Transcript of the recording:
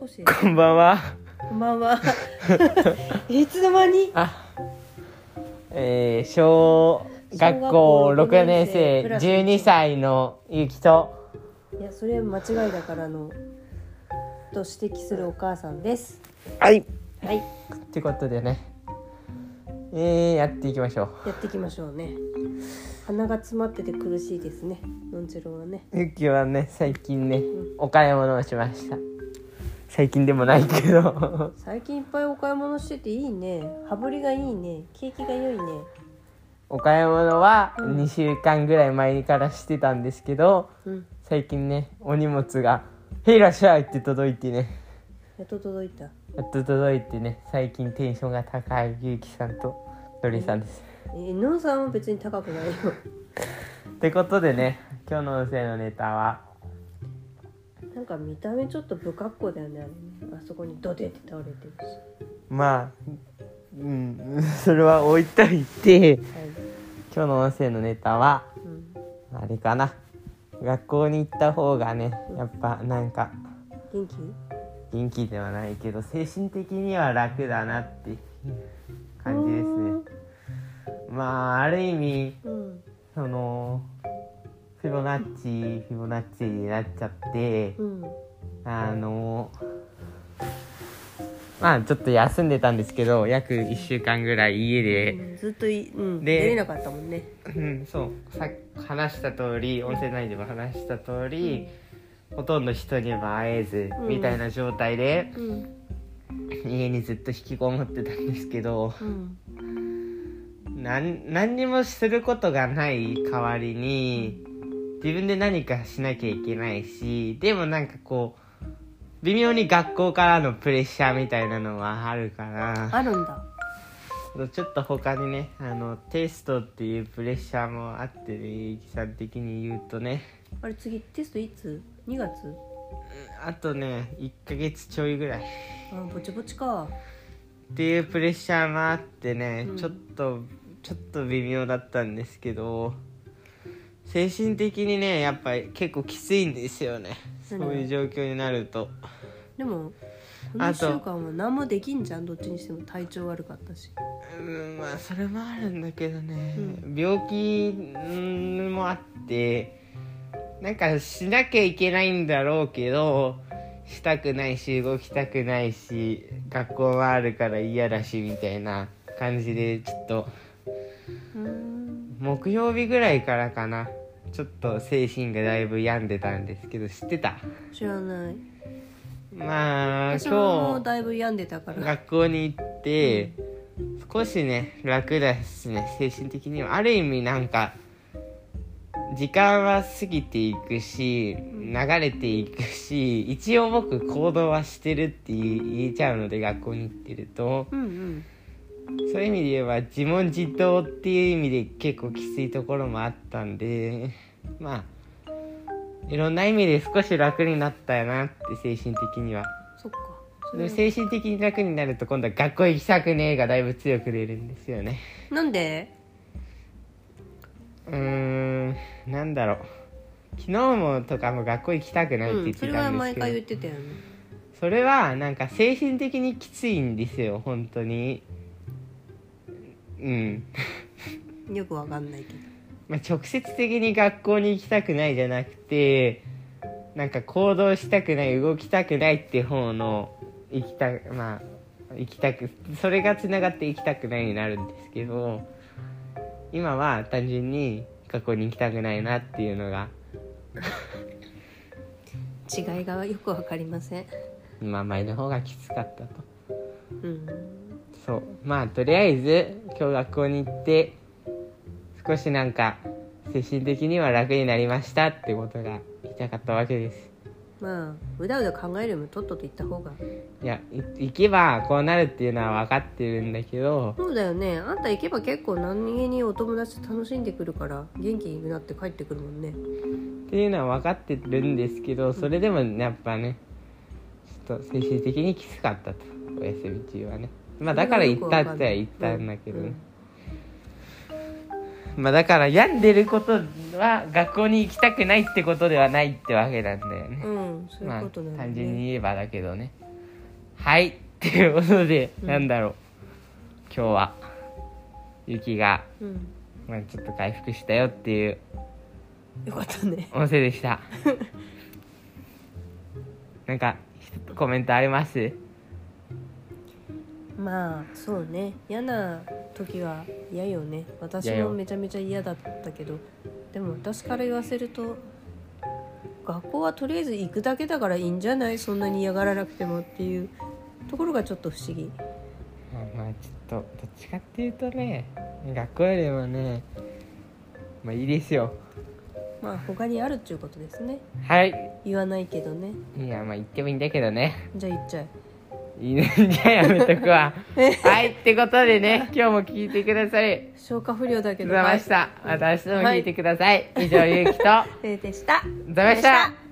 少しこんばんは。 こんばんは。いつの間に小学校6年生12歳のゆきと、 いやそれ間違いだからのと指摘するお母さんです。 はいはいってことでね、やっていきましょう。 やっていきましょうね。鼻が詰まってて苦しいですね、のんちろはね。 ゆきはね、最近ね、お買い物をしました。最近でもないけど最近いっぱいお買い物してていいね。羽振りがいいね。景気が良いね。 お買い物は2週間ぐらい前からしてたんですけど、最近ね、お荷物がへいらっしゃいって届いてね、 やっと届いた。 やっと届いてね、最近テンションが高いゆうきさんとのりさんです。 のんさんは別に高くないよ。 ってことでね、今日の音声のネタは、 なんか見た目ちょっと不格好だよね、あれね。あそこにドデって倒れてるし。 まあ、それは置いといて、 はい、 今日の音声のネタは、あれかな、学校に行った方がね、やっぱなんか元気ではないけど精神的には楽だなっていう感じですね。まあある意味、そのフィボナッチになっちゃって、まあちょっと休んでたんですけど、約1週間ぐらい家で、 ずっと出れなかったもんね。 そうさ話した通り、音声内でも話した通り、ほとんど人にも会えず、みたいな状態で、家にずっと引きこもってたんですけど、何にもすることがない代わりに自分で何かしなきゃいけないし、でもなんかこう微妙に学校からのプレッシャーみたいなのはあるから、 あるんだ。 ちょっと他にね、テストっていうプレッシャーもあってね、ゆきさん的に言うとね、 あれ次テストいつ？2月？ あとね1ヶ月ちょいぐらい、 ぼちぼちかっていうプレッシャーもあってね、ちょっと微妙だったんですけど、精神的にねやっぱり結構きついんですよね、そういう状況になると。 でもこの1週間は何もできんじゃん。どっちにしても体調悪かったし。 まあそれもあるんだけどね、病気もあって、なんかしなきゃいけないんだろうけどしたくないし、動きたくないし、学校もあるから嫌だしみたいな感じで、ちょっと木曜日ぐらいからかな、ちょっと精神がだいぶ病んでたんですけど、知ってた？ 知らない。 まあ私もだいぶ病んでたから学校に行って、少しね楽だしね、精神的にはある意味なんか時間は過ぎていくし、流れていくし、一応僕行動はしてるって言えちゃうので、学校に行ってると、そういう意味で言えば自問自答っていう意味で結構きついところもあったんで、まあいろんな意味で少し楽になったよなって、精神的には。 そっか。 で精神的に楽になると今度は学校行きたくねえがだいぶ強く出るんですよね。 なんで？ なんだろう、昨日もとかも学校行きたくないって言ってたんですけど、 それは毎回言ってたよね。 それはなんか精神的にきついんですよ、本当に。 よくわかんないけど、 直接的に学校に行きたくないじゃなくて、なんか行動したくない、動きたくないって方の行きたく、それがつながって行きたくないになるんですけど、今は単純に学校に行きたくないなっていうのが違いがよくわかりません。 前の方がきつかったと。そう、とりあえず今日学校に行って少しなんか精神的には楽になりましたってことが言いたかったわけです。 うだうだ考えるよりもとっとと行った方が。 いや、行けばこうなるっていうのは分かってるんだけど。 そうだよね、あんた行けば結構何気にお友達と楽しんでくるから元気になって帰ってくるもんねっていうのは分かってるんですけど、それでもやっぱねちょっと精神的にきつかったと、お休み中はね。だから行ったっては言ったんだけどね、だから病んでることは学校に行きたくないってことではないってわけなんだよね。 そういうことなんだね。 単純に言えばだけどね。 はいっていうことで、なんだろう、今日は雪が、まあ、ちょっと回復したよっていうよかったね。 音声でしたなんか一つコメントあります？ まあそうね、嫌な時は嫌よね。私もめちゃめちゃ嫌だったけど、でも私から言わせると、学校はとりあえず行くだけだからいいんじゃない、そんなに嫌がらなくてもっていうところがちょっと不思議。 まあちょっとどっちかっていうとね、学校よりもね、まあいいですよ。 まあ他にあるっていうことですね。 はい。 言わないけどね。 いや、まあ言ってもいいんだけどね。 じゃあ言っちゃえ。 いいね。じゃあやめとくわはいってことでね、今日も聞いてください。 消化不良だけどざました。また明日も聞いてください、以上ゆうきとでした。 ざました。